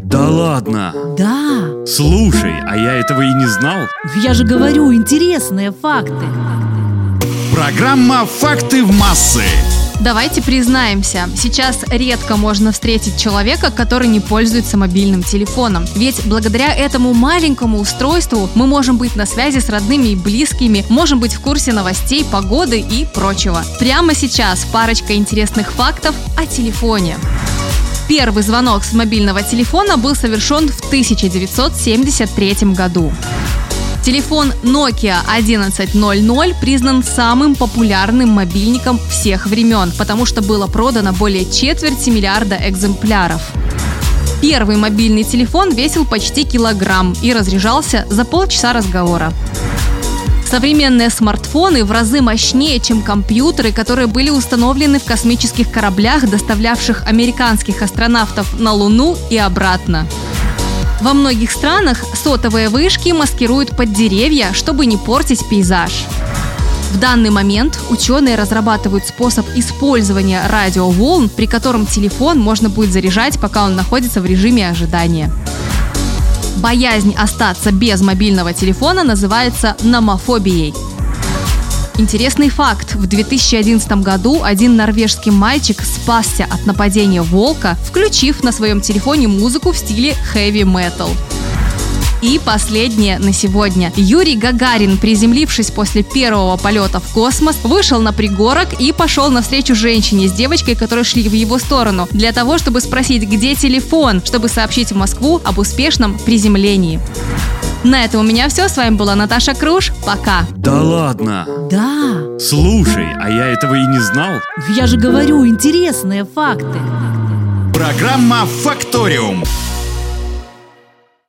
Да ладно? Да. Слушай, а я этого и не знал. Я же говорю, интересные факты. Программа «Факты в массы». Давайте признаемся, сейчас редко можно встретить человека, который не пользуется мобильным телефоном. Ведь благодаря этому маленькому устройству мы можем быть на связи с родными и близкими, можем быть в курсе новостей, погоды и прочего. Прямо сейчас парочка интересных фактов о телефоне. Первый звонок с мобильного телефона был совершен в 1973 году. Телефон Nokia 1100 признан самым популярным мобильником всех времен, потому что было продано более четверти миллиарда экземпляров. Первый мобильный телефон весил почти килограмм и разряжался за полчаса разговора. Современные смартфоны в разы мощнее, чем компьютеры, которые были установлены в космических кораблях, доставлявших американских астронавтов на Луну и обратно. Во многих странах сотовые вышки маскируют под деревья, чтобы не портить пейзаж. В данный момент ученые разрабатывают способ использования радиоволн, при котором телефон можно будет заряжать, пока он находится в режиме ожидания. Боязнь остаться без мобильного телефона называется номофобией. Интересный факт. В 2011 году один норвежский мальчик спасся от нападения волка, включив на своем телефоне музыку в стиле хэви-метал. И последнее на сегодня. Юрий Гагарин, приземлившись после первого полета в космос, вышел на пригорок и пошел навстречу женщине с девочкой, которые шли в его сторону, для того, чтобы спросить, где телефон, чтобы сообщить в Москву об успешном приземлении. На этом у меня все. С вами была Наташа Круш. Пока. Да ладно? Да. Слушай, а я этого и не знал. Я же говорю, интересные факты. Программа «Факториум».